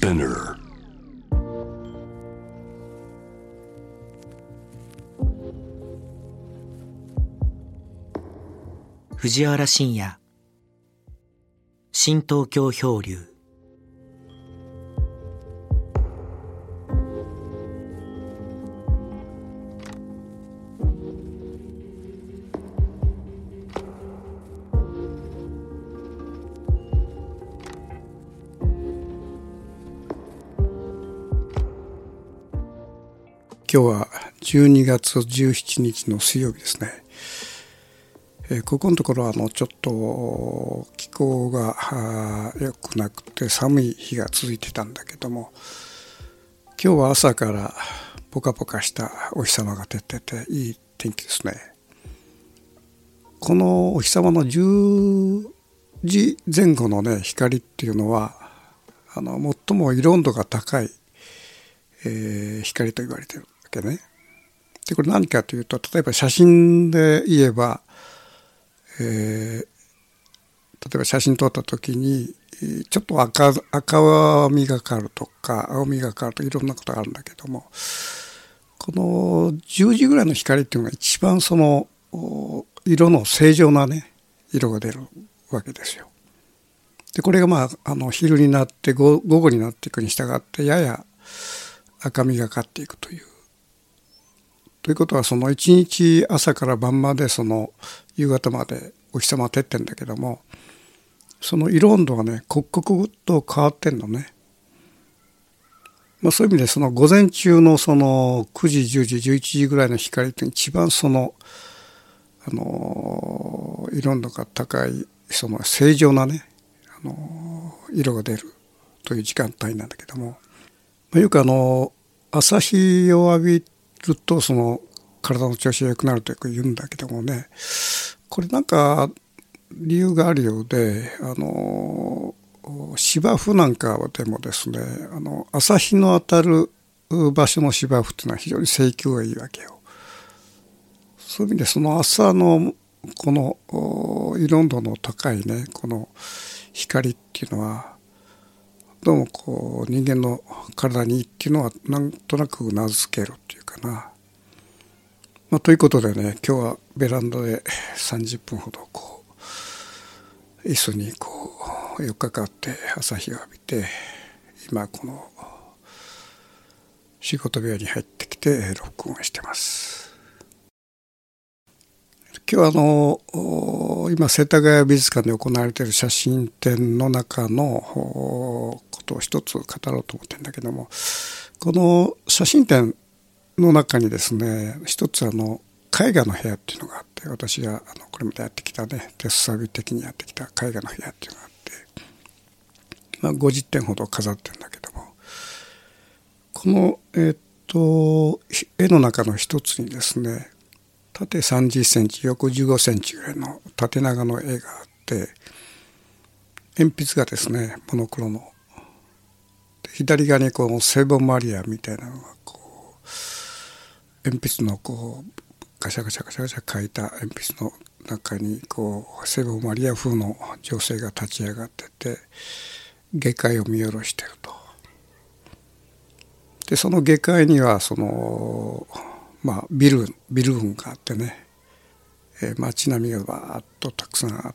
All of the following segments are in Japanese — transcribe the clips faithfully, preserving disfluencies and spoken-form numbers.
Spinner. 藤原信也、新東京漂流。 今日はじゅうにがつじゅうしちにちの水曜日ですね。えー、ここのところはあのちょっと気候が良くなくて寒い日が続いてたんだけども、今日は朝からポカポカしたお日様が出てていい天気ですね。このお日様のじゅうじぜん後のね光っていうのはあの最も色温度が高い、えー、光と言われているわけね。でこれ何かというと、例えば写真で言えば、えー、例えば写真撮った時にちょっと 赤, 赤みがかるとか青みがかるといろんなことがあるんだけども、このじゅうじぐらいの光っていうのが一番その色の正常なね色が出るわけですよ。でこれがまあ、あの昼になって午後になっていくに従ってやや赤みがかっていくという。ということはその一日朝から晩までその夕方までお日様が照ってんだけども、その色温度がね刻々と変わってんのね。まあ、そういう意味でその午前中のそのくじじゅうじじゅういちじぐらいの光って一番そのあの色温度が高いその正常なねあの色が出るという時間帯なんだけども、まあ、よくあの朝日を浴びるとその体の調子が良くなるとよく言うんだけどもね、これなんか理由があるようで、あの芝生なんかでもですね、あの朝日の当たる場所の芝生っていうのは非常に生育がいいわけよ。そういう意味でその朝のこの色温度の高いねこの光っていうのはどうもこう人間の体にいいっていうのはなんとなく名付けるっていうかな。まあ、ということでね、今日はベランダでさんじゅっぷんほどこう椅子にこう寄っかかって朝日を浴びて、今この仕事部屋に入ってきて録音してます。今日はあの今世田谷美術館で行われている写真展の中のことを一つ語ろうと思ってるんだけども、この写真展の中にですね一つあの絵画の部屋っていうのがあって、私があのこれまでやってきたね手すさび的にやってきた絵画の部屋っていうのがあって、まあ、ごじゅってんほど飾ってるんだけども、このえっと絵の中の一つにですね縦さんじゅっセンチ横じゅうごセンチぐらいの縦長の絵があって、鉛筆がですねモノクロの左側にこう聖母マリアみたいなのがこう鉛筆のこうガシャガシャガシャガシャ書いた鉛筆の中にこう聖母マリア風の女性が立ち上がってて下界を見下ろしていると。でその下界にはそのまあビルビル群があってね、えー、街並みがバーッとたくさんあって、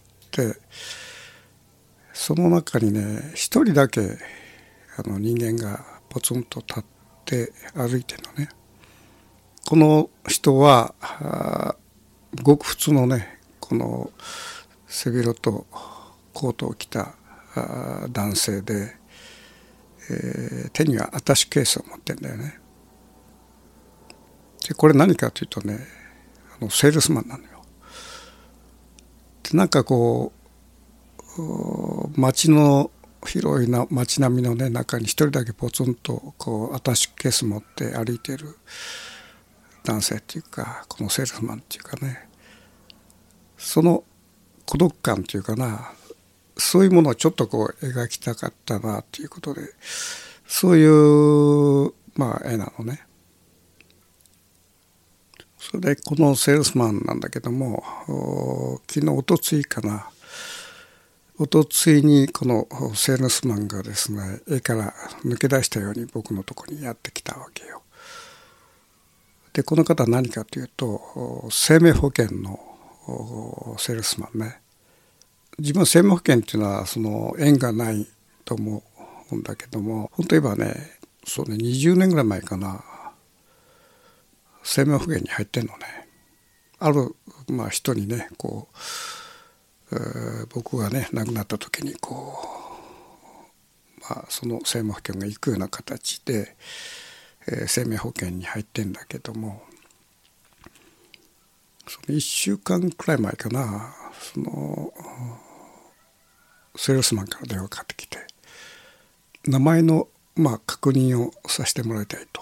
その中にね一人だけあの人間がポツンと立って歩いてるのね。この人はごく普通のねこの背広とコートを着た男性で、えー、手にはアタッシュケースを持ってるんだよね。でこれ何かというとねあのセールスマンなのよ。でなんかこう街の広いな街並みの、ね、中に一人だけポツンとこうアタッシュケース持って歩いている男性っていうか、このセールスマンっていうかね、その孤独感っていうかな、そういうものをちょっとこう描きたかったなっていうことで、そういうまあ絵なのね。それでこのセールスマンなんだけども、昨日おとついかなおとついにこのセールスマンがですね、家から抜け出したように僕のところにやってきたわけよ。でこの方は何かというと、生命保険のセールスマンね。自分は生命保険っていうのはその縁がないと思うんだけども、本当言えばね、そうね、にじゅうねんぐらい前かな、生命保険に入ってんのね。ある、まあ、人にねこう、えー、僕がね亡くなった時にこう、まあ、その生命保険が行くような形で、えー、生命保険に入ってんだけども、そのいっしゅうかんくらい前かな、そのセールスマンから電話かかってきて、名前の、まあ、確認をさせてもらいたいと。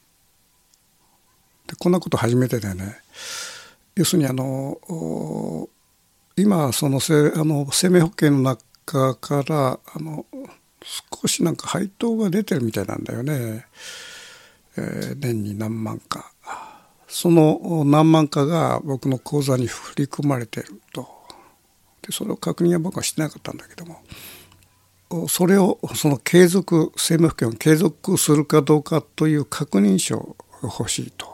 でこんなこと初めてでね、要するにあの今そのせあの生命保険の中からあの少しなんか配当が出てるみたいなんだよね、えー、年に何万か。その何万かが僕の口座に振り込まれてると。でそれを確認は僕はしてなかったんだけども、それをその継続生命保険を継続するかどうかという確認書が欲しいと。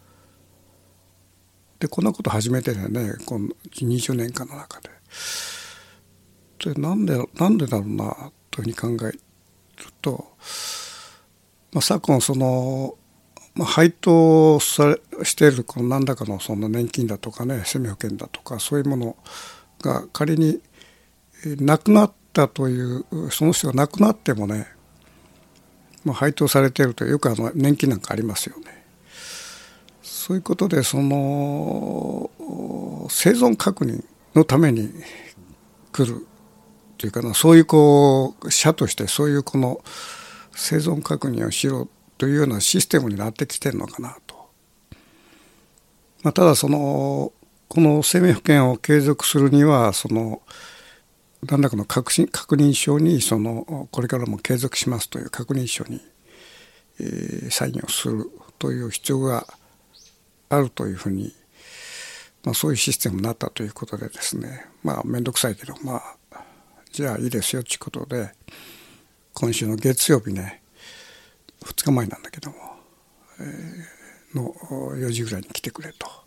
でこんなこと初めてだよね、このにじゅうねんかんの中で。でなんでなんでだろうなというふうに考えると、まあ、昨今その、まあ、配当されしているこの何らかのその年金だとかね、生命保険だとかそういうものが仮になくなったという、その人が亡くなってもね、まあ、配当されているという、よくあの年金なんかありますよね。そういうことでその生存確認のために来るというかな、そういうこう社としてそういうこの生存確認をしろというようなシステムになってきてるのかなと。まあ、ただそのこの生命保険を継続するにはその何らかの確信確認書にそのこれからも継続しますという確認書に、えー、サインをするという必要があるというふうに、まあ、そういうシステムになったということでですね、まあ面倒くさいけど、まあじゃあいいですよということで、今週の月曜日ね、ふつかまえなんだけども、えー、のよじぐらいに来てくれと。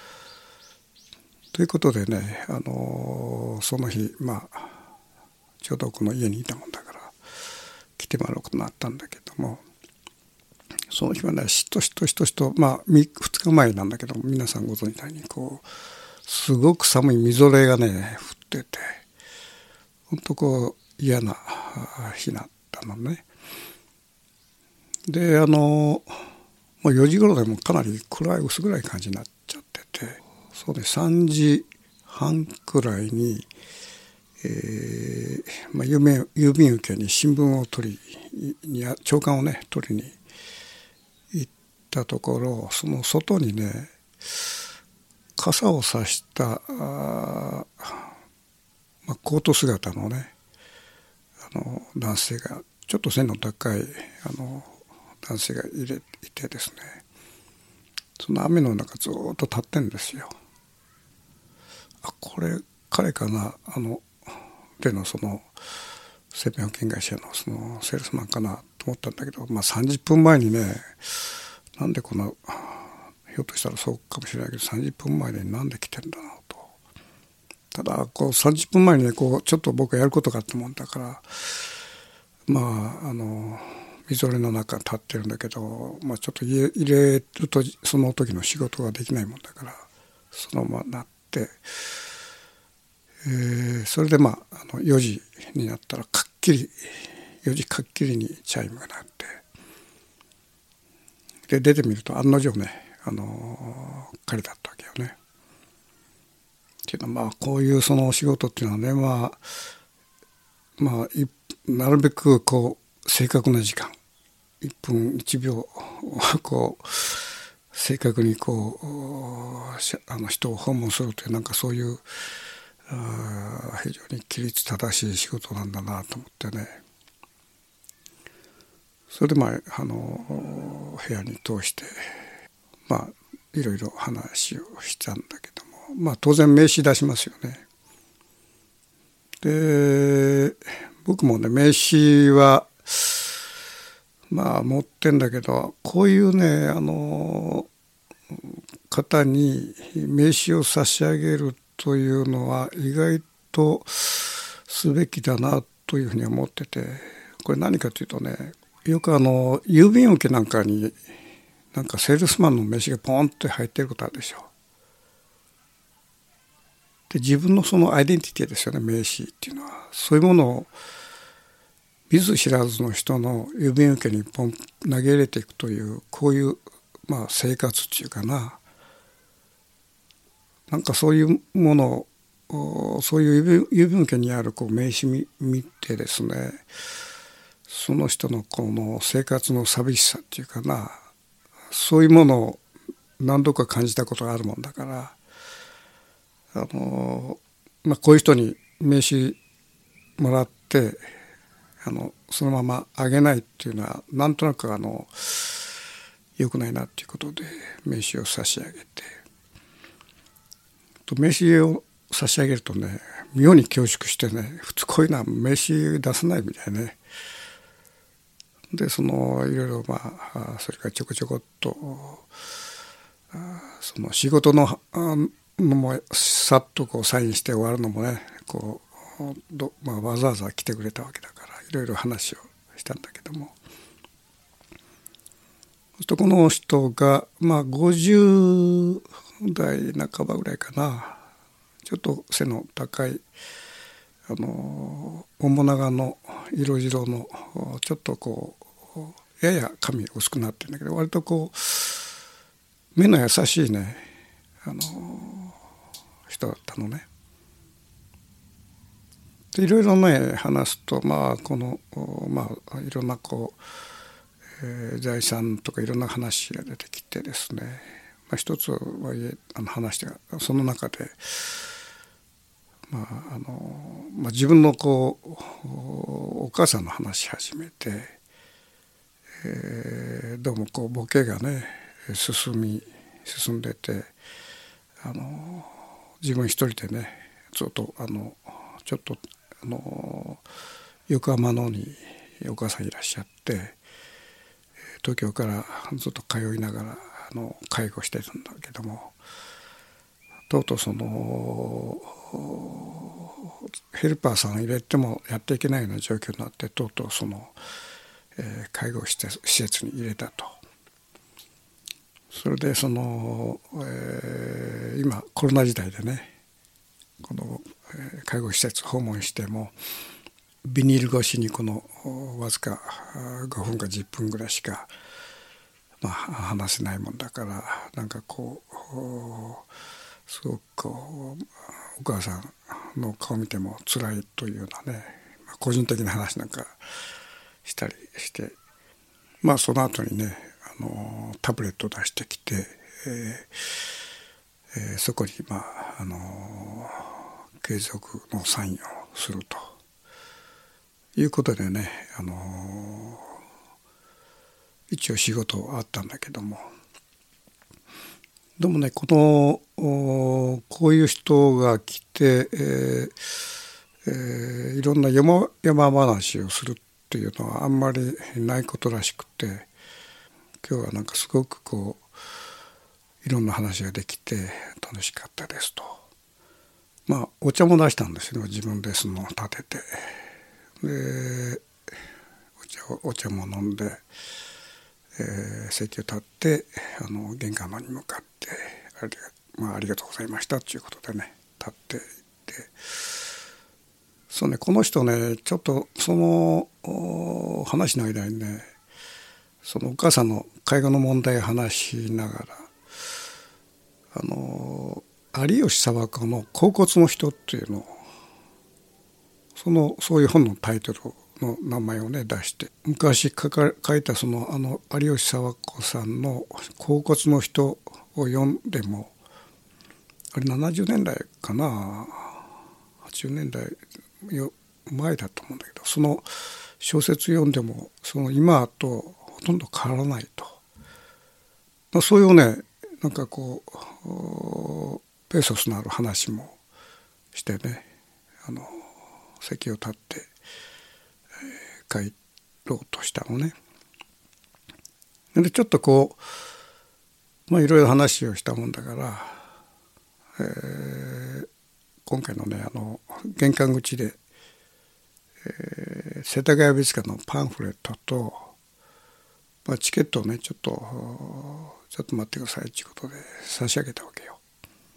ということでね、あのー、その日、まあちょうどこの家にいたもんだから来てもらうことになったんだけども、その日はね、しとしとしとしと、まあふつかまえなんだけども、皆さんご存じのようにこうすごく寒いみぞれがね降ってて、本当こう嫌な日だったのね。であのもうよじ頃でもかなり暗い薄暗い感じになっちゃってて、そうねさんじはんくらいに、えーまあ、郵便郵便受けに新聞を取りに朝刊をね取りに行ったところ、その外にね傘を差したあ、まあ、コート姿のねあの男性が、ちょっと背の高いあの男性がいれいてですね、その雨の中ずっと立ってるんですよ。あ、これ彼かな、あの例のその生命保険会社のそのセールスマンかなと思ったんだけど、まあさんじゅっぷんまえにね、なんでこんな、ひょっとしたらそうかもしれないけどさんじゅっぷんまえになんで来てんだろうと。ただこうさんじゅっぷんまえにねこうちょっと僕がやることがあったもんだから、まああのみぞれの中立ってるんだけど、まあ、ちょっと入れるとその時の仕事ができないもんだからそのままなって、えー、それでまあ、あのよじになったらかっきりよじかっきりにチャイムが鳴って、で出てみると案の定ね、あの彼だったわけよね。っていうのはまあこういうそのお仕事っていうのはね、まあまあなるべくこう正確な時間いっぷんいちびょうこう正確にこうあの人を訪問するという、なんかそういうあ非常に規律正しい仕事なんだなと思ってね。それでまああの部屋に通してまあいろいろ話をしたんだけども、まあ当然名刺出しますよね。 で僕もね名刺はまあ持ってんだけど、こういうねあの方に名刺を差し上げるというのは意外とすべきだなというふうに思ってて、これ何かというとね、よくあの郵便受けなんかになんかセールスマンの名刺がポンって入ってることあるでしょ。で自分のそのアイデンティティですよね、名刺っていうのは。そういうものを見ず知らずの人の郵便受けにポン投げ入れていくという、こういうまあ生活っていうかな、なんかそういうものを、そういう郵便受けにあるこう名刺見見てですね、その人のこの生活の寂しさっていうかな、そういうものを何度か感じたことがあるもんだから、あの、まあ、こういう人に名刺もらってあのそのままあげないっていうのはなんとなくあの良くないなっていうことで名刺を差し上げて、と名刺を差し上げるとね、妙に恐縮してね、普通こういうのは名刺出さないみたいね。でそのいろいろまあそれからちょこちょこっとその仕事ののもさっとこうサインして終わるのもね、こうど、まあ、わざわざ来てくれたわけだからいろいろ話をしたんだけども、とこの人がまあごじゅう代半ばぐらいかな、ちょっと背の高いあの面長の色白のちょっとこうやや髪薄くなってるんだけど、割とこう目の優しいねあの人だったのね。でいろいろね話すと、まあこのまあいろんなこう、えー、財産とかいろんな話が出てきてですね、まあ、一つはあの話してその中で、まああのまあ、自分のこうお母さんの話し始めて、えー、どうもこうボケがね進み進んでて、あの自分一人でねずっとあのちょっとあの横浜のにお母さんいらっしゃって、東京からずっと通いながらあの介護してるんだけども、とうとうそのヘルパーさん入れてもやっていけないような状況になって、とうとうその、えー、介護施設、施設に入れたと。それでその、えー、今コロナ時代でね、この、えー、介護施設訪問してもビニール越しにこのわずかごふんかじゅっぷんぐらいしか、まあ、話せないもんだから、なんかこうすごくこうお母さんの顔見ても辛いというようなね、まあ、個人的な話なんかしたりして、まあその後にねあのタブレットを出してきて、えーえー、そこにまああの継続のサインをするということでね、あの一応仕事あったんだけども、でもねこのこういう人が来て、えーえー、いろんな山山話をするっていうのはあんまりないことらしくて、今日はなんかすごくこういろんな話ができて楽しかったですと。まあお茶も出したんですよね、自分でその立てて、でお茶をお茶も飲んで、えー、席を立ってあの玄関のに向かってありが、まあ、ありがとうございましたということでね立っていって、そうねこの人ねちょっとその話の間にねそのお母さんの介護の問題を話しながら、あの有吉佐和子の「恍惚の人」っていうのをそのそういう本のタイトルの名前をね出して、昔書か書いたそのあの有吉佐和子さんの「恍惚の人」を読んでも、あれななじゅうねんだいかなはちじゅうねんだいよ前だと思うんだけど、その小説読んでもその今とほとんど変わらないと、まあ、そういうねなんかこうペーソスのある話もしてね、あの席を立って、えー、帰ろうとしたのね。でちょっとこうまあいろいろ話をしたもんだから、えー、今回のねあの玄関口で、えー、世田谷美術館のパンフレットと、まあ、チケットをねちょっとちょっと待ってくださいということで差し上げたわけよ。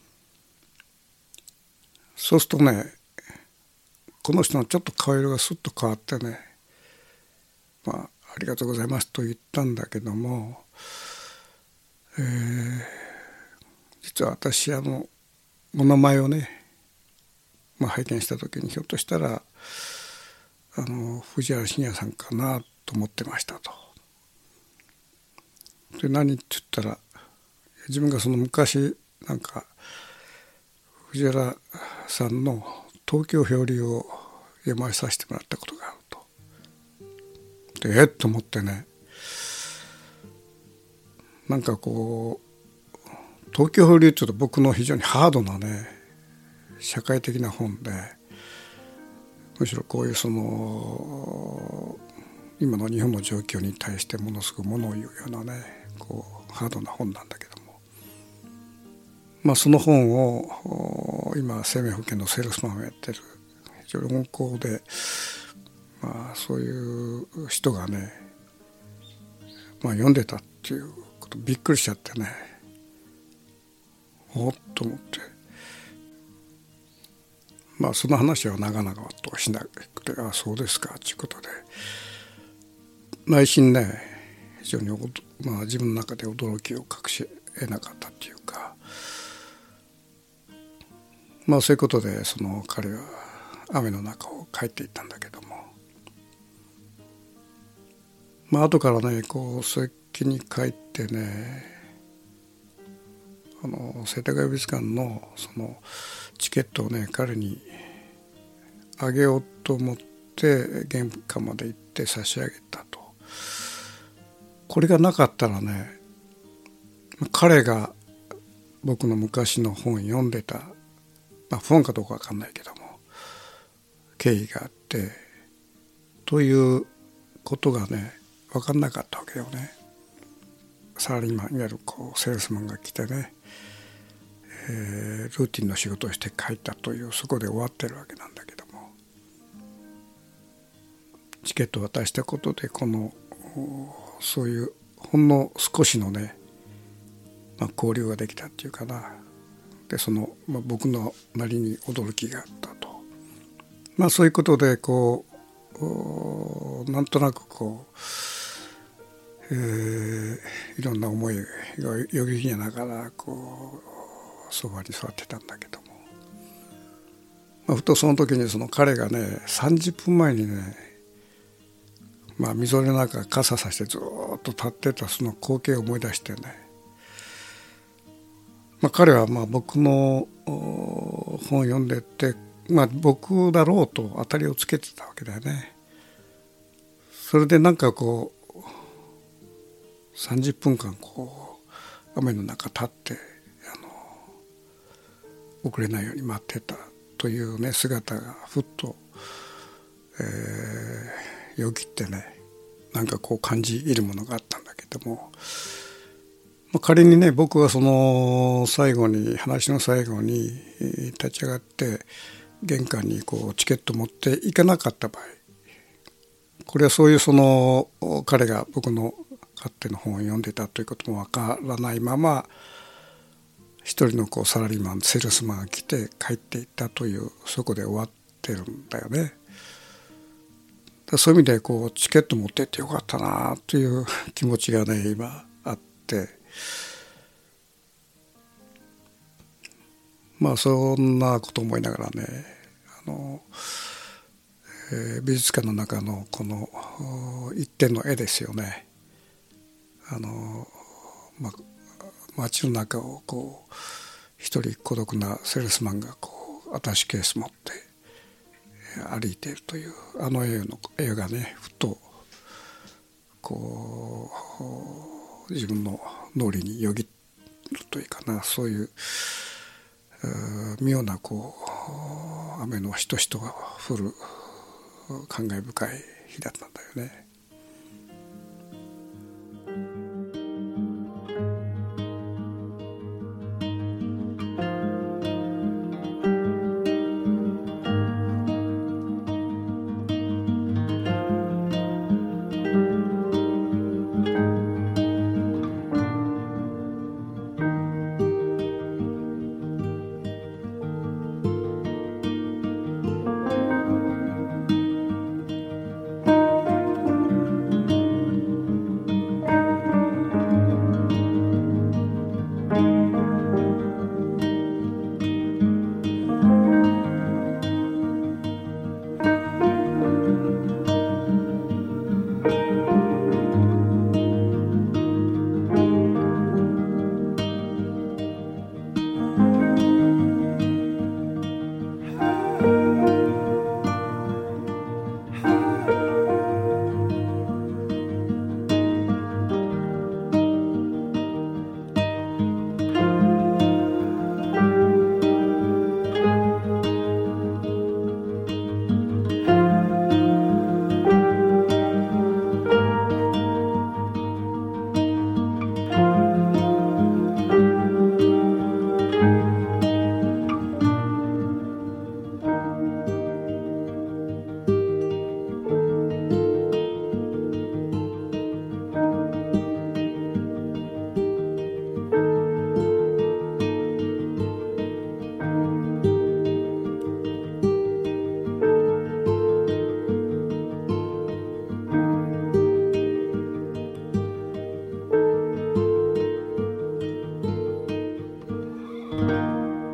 そうするとねこの人のちょっと顔色がスッと変わってね、まあありがとうございますと言ったんだけども、えー、実は私あのお名前をね、まあ、拝見した時にひょっとしたらあの藤原信也さんかなと思ってましたと。で何って言ったら自分がその昔なんか藤原さんの東京漂流を読まさせてもらったことがあると。でえっと思ってね、なんかこう東京漂流っていうと僕の非常にハードなね社会的な本で、むしろこういうその今の日本の状況に対してものすごくものを言うようなねこうハードな本なんだけども、まあその本を今生命保険のセールスマンをやってる非常に温厚で、まあそういう人がね、まあ読んでたっていうことびっくりしちゃってね、おっと思って、まあその話は長々としなくて、あそうですかということで内心ね非常に、まあ、自分の中で驚きを隠し得なかったっていうか、まあそういうことでその彼は雨の中を帰っていったんだけども、まあ後からねこう席に帰ってね、あの世田谷美術館のそのチケットをね彼にあげようと思って玄関まで行って差し上げたと。これがなかったらね彼が僕の昔の本読んでた、まあ、本かどうか分かんないけども経緯があってということがね分かんなかったわけよね。サラリーマンいわゆるこうセールスマンが来てね、えー、ルーティンの仕事をして帰ったというそこで終わってるわけなんだけども、チケットを渡したことでこのそういうほんの少しのね、まあ、交流ができたっていうかな。でその、まあ、僕のなりに驚きがあったと、まあそういうことでこうなんとなくこう、えー、いろんな思いがよぎりながらこうそばに座ってたんだけども、まあ、ふとその時にその彼がねさんじゅっぷんまえにねまあ、みぞれの中傘さしてずっと立ってたその光景を思い出してね、まあ、彼はまあ僕の本を読んでて、まあ、僕だろうと当たりをつけてたわけだよね。それでなんかこうさんじゅっぷんかんこう雨の中立ってあの遅れないように待ってたというね姿がふっと、えーよぎってね、なんかこう感じ入るものがあったんだけども、まあ、仮にね僕はその最後に話の最後に立ち上がって玄関にこうチケット持っていかなかった場合、これはそういうその彼が僕の勝手の本を読んでたということもわからないまま一人のこうサラリーマンセールスマンが来て帰っていったというそこで終わってるんだよね。そういう意味でこうチケット持ってってよかったなという気持ちがね今あって、まあそんなこと思いながらねあの、えー、美術館の中のこの一点の絵ですよね。あの、まあ、街の中をこう一人孤独なセールスマンがこうアタッシュケース持って歩いているというあの絵の絵がねふとこう自分の脳裏によぎるというかな、そういう妙なこ雨のしとしとが降る感慨深い日だったんだよね。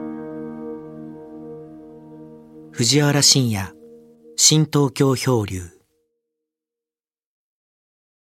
藤原信也、新東京漂流。